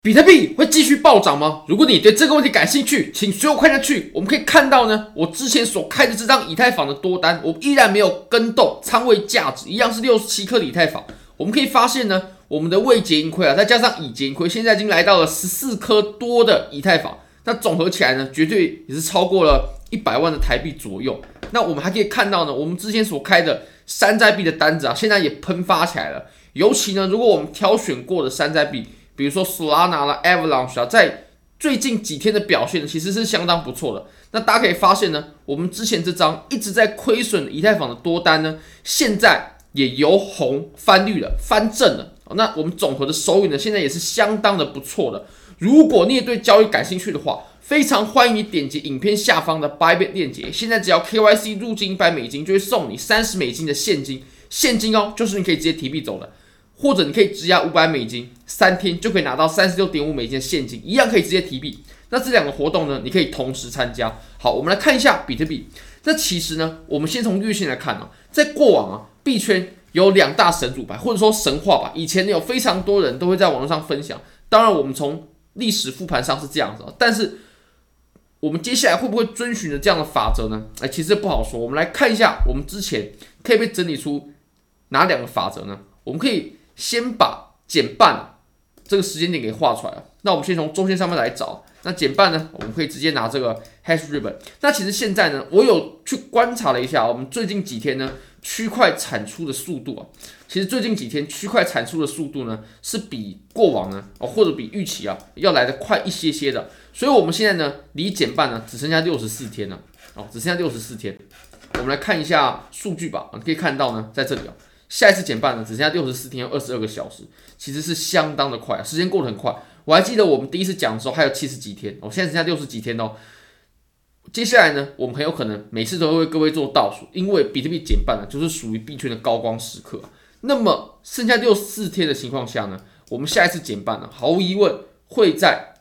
比特币会继续暴涨吗？如果你对这个问题感兴趣，请随我看下去。我们可以看到呢，我之前所开的这张以太坊的多单，我依然没有跟动，仓位价值一样是67颗的以太坊。我们可以发现呢，我们的未结盈亏再加上已结盈亏，现在已经来到了14颗多的以太坊。那总合起来呢，绝对也是超过了100万的台币左右。那我们还可以看到呢，我们之前所开的山寨币的单子现在也喷发起来了。尤其呢，如果我们挑选过的山寨币，比如说 Solana 啦、Avalanche 在最近几天的表现其实是相当不错的。那大家可以发现呢，我们之前这张一直在亏损的以太坊的多单呢，现在也由红翻绿了，翻正了。那我们总和的收益呢，现在也是相当的不错的。如果你也对交易感兴趣的话，非常欢迎你点击影片下方的 Bybit 链接。现在只要 KYC 入金$100，就会送你$30的现金，现金就是你可以直接提币走的。或者你可以质押$500，3天就可以拿到$36.5的现金，一样可以直接提币。那这两个活动呢，你可以同时参加。好，我们来看一下比特币。那其实呢，我们先从月线来看在过往币圈有2大神主牌，或者说神话吧。以前有非常多人都会在网络上分享。当然，我们从历史复盘上是这样子，但是我们接下来会不会遵循着这样的法则呢？其实不好说。我们来看一下，我们之前可以被整理出哪2个法则呢？我们可以先把减半这个时间点给画出来了。那我们先从周线上面来找。那减半呢，我们可以直接拿这个 hash ribbon。那其实现在呢，我有去观察了一下，我们最近几天呢，区块产出的速度其实最近几天区块产出的速度呢，是比过往呢，或者比预期要来得快一些些的。所以我们现在呢，离减半呢，只剩下64天了，只剩下64天。我们来看一下数据吧，你可以看到呢，在这里下一次减半呢，只剩下64天22个小时，其实是相当的快时间过得很快。我还记得我们第一次讲的时候还有70几天，现在剩下60几天接下来呢，我们很有可能每次都会为各位做倒数，因为比特币减半就是属于币圈的高光时刻。那么剩下64天的情况下呢，我们下一次减半毫无疑问会在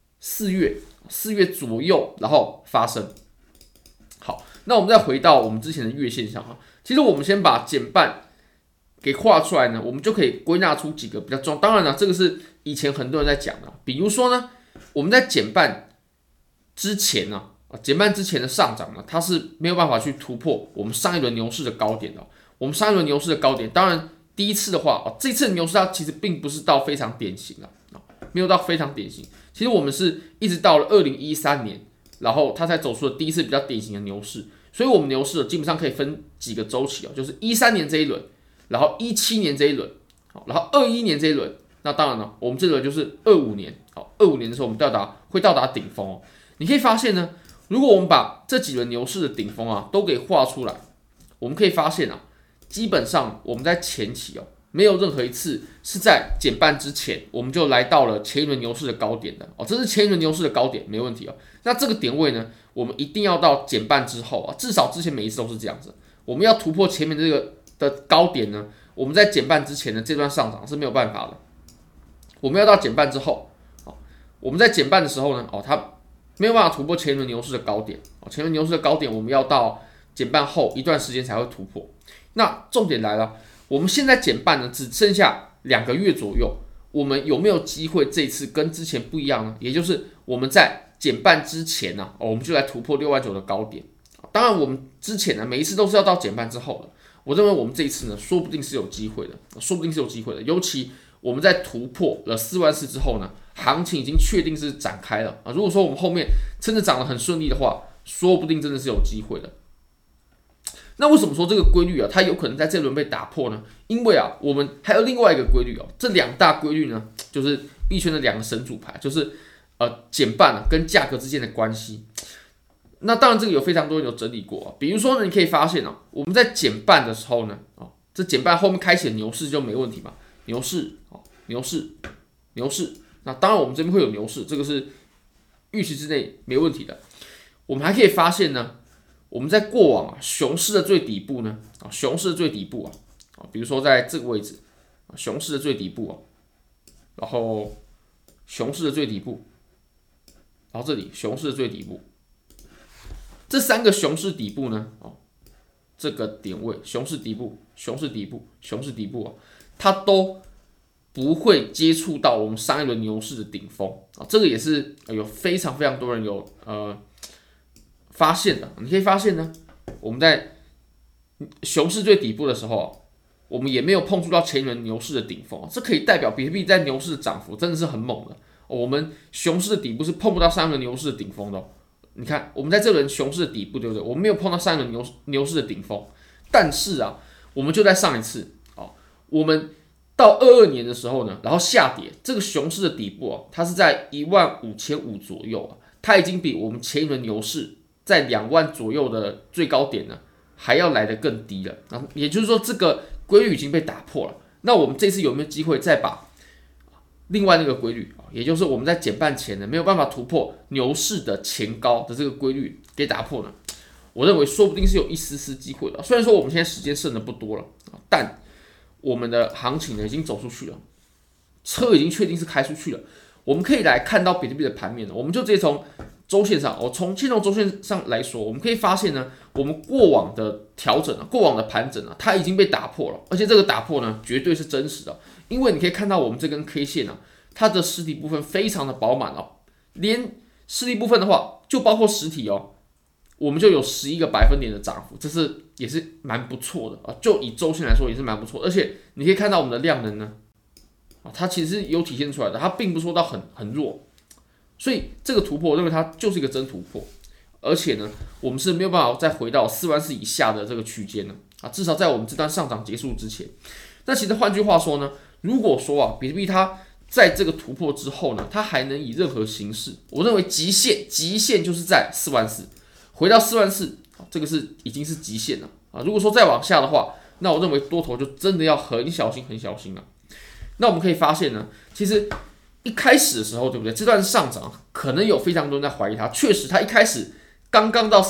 4月左右然后发生。好，那我们再回到我们之前的月线上其实我们先把减半给画出来呢，我们就可以归纳出几个比较重要。当然了，这个是以前很多人在讲的，比如说呢，我们在减半之前减半之前的上涨呢，它是没有办法去突破我们上一轮牛市的高点的。我们上一轮牛市的高点，当然第一次的话这次的牛市它其实并不是到非常典型没有到非常典型。其实我们是一直到了2013年，然后它才走出了第一次比较典型的牛市。所以我们牛市基本上可以分几个周期就是13年这一轮，然后17年这一轮，然后21年这一轮。那当然了，我们这轮就是25年，25年的时候我们会到达顶峰你可以发现呢，如果我们把这几轮牛市的顶峰都给画出来，我们可以发现基本上我们在前期没有任何一次是在减半之前我们就来到了前一轮牛市的高点的这是前一轮牛市的高点，没问题那这个点位呢，我们一定要到减半之后至少之前每一次都是这样子，我们要突破前面这个的高点呢，我们在减半之前的这段上涨是没有办法的。我们要到减半之后我们在减半的时候呢它没有办法突破前一轮牛市的高点前一轮牛市的高点我们要到减半后一段时间才会突破。那重点来了，我们现在减半呢，只剩下2个月左右，我们有没有机会这一次跟之前不一样呢？也就是我们在减半之前我们就来突破6.9的高点。当然我们之前呢，每一次都是要到减半之后的。我认为我们这一次呢，说不定是有机会的，尤其我们在突破了44000之后呢，行情已经确定是展开了如果说我们后面真的涨得很顺利的话，说不定真的是有机会的。那为什么说这个规律它有可能在这轮被打破呢？因为我们还有另外一个规律这2大规律呢，就是币圈的2个神主牌，就是减半跟价格之间的关系。那当然这个有非常多人有整理过比如说呢，你可以发现我们在减半的时候呢这减半后面开启的牛市就没问题嘛，牛市，那当然我们这边会有牛市，这个是预期之内没问题的。我们还可以发现呢，我们在过往熊市的最底部呢比如说在这个位置熊市的最底部然后熊市的最底部，然后这里熊市的最底部，这3个熊市底部呢这个点位熊市底部它都不会接触到我们上一轮牛市的顶峰啊，这个也是有非常非常多人有发现的。你可以发现呢，我们在熊市最底部的时候，我们也没有碰触到前一轮牛市的顶峰，这可以代表比特币在牛市的涨幅真的是很猛的。我们熊市的底部是碰不到上一轮牛市的顶峰的。你看，我们在这轮熊市的底部，对不对？我们没有碰到上一轮牛市的顶峰，但是啊，我们就在上一次我们到22年的时候呢，然后下跌，这个熊市的底部它是在15500左右它已经比我们前一轮牛市在2万左右的最高点呢还要来得更低了。然后也就是说，这个规律已经被打破了。那我们这次有没有机会再把另外那个规律，也就是我们在减半前呢没有办法突破牛市的前高的这个规律给打破呢？我认为说不定是有一丝丝机会的。虽然说我们现在时间剩的不多了，但我们的行情呢已经走出去了，车已经确定是开出去了。我们可以来看到比特币的盘面了，我们就直接从周线上，从金融周线上来说，我们可以发现呢，我们过往的调整过往的盘整它已经被打破了，而且这个打破呢绝对是真实的，因为你可以看到我们这根 K 线它的实体部分非常的饱满连实体部分的话，就包括实体我们就有11个百分点的涨幅，这是也是蛮不错的就以周线来说也是蛮不错的，而且你可以看到我们的量能呢，它其实有体现出来的，它并不说到很弱，所以这个突破我认为它就是一个真突破，而且呢，我们是没有办法再回到44000以下的这个区间至少在我们这段上涨结束之前。那其实换句话说呢，如果说比特币它在这个突破之后呢，它还能以任何形式，我认为极限就是在44000。回到44000，这个已经是极限了如果说再往下的话，那我认为多头就真的要很小心了。那我们可以发现呢，其实一开始的时候，对不对？这段上涨可能有非常多人在怀疑它，确实它一开始刚到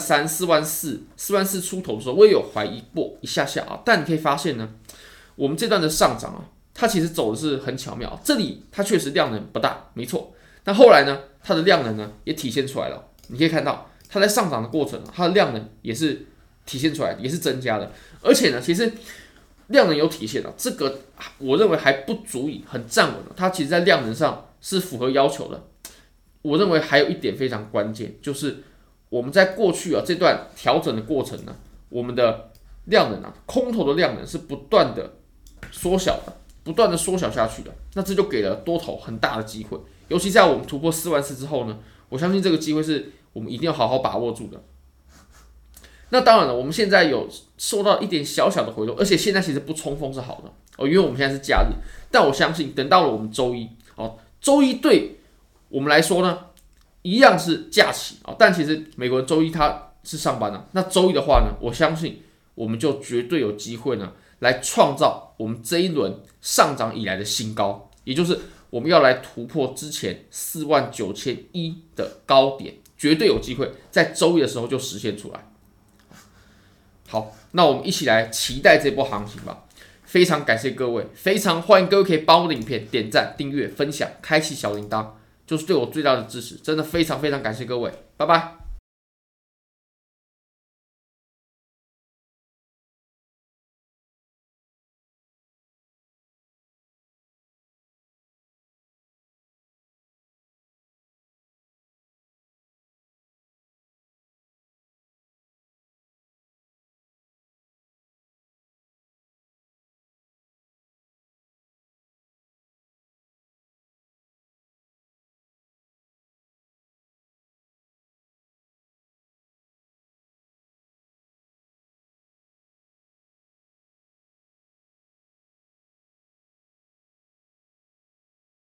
43000、44000出头的时候，我也有怀疑过一下但你可以发现呢，我们这段的上涨它其实走的是很巧妙，这里它确实量能不大，没错。但后来呢，它的量能呢也体现出来了，你可以看到。它在上涨的过程，它的量能也是体现出来的，也是增加的。而且呢，其实量能有体现这个我认为还不足以很站稳它其实在量能上是符合要求的。我认为还有一点非常关键，就是我们在过去这段调整的过程呢，我们的量能空头的量能是不断的缩小下去的。那这就给了多头很大的机会，尤其在我们突破44000之后呢，我相信这个机会是我们一定要好好把握住的。那当然了，我们现在有受到一点小小的回落，而且现在其实不冲锋是好的因为我们现在是假日。但我相信等到了我们周一周一对我们来说呢，一样是假期但其实美国人周一它是上班那周一的话呢，我相信我们就绝对有机会呢，来创造我们这一轮上涨以来的新高，也就是我们要来突破之前49001的高点，绝对有机会在周一的时候就实现出来。好，那我们一起来期待这波行情吧。非常感谢各位，非常欢迎各位可以帮我的影片点赞、订阅、分享、开启小铃铛，就是对我最大的支持。真的非常非常感谢各位，拜拜。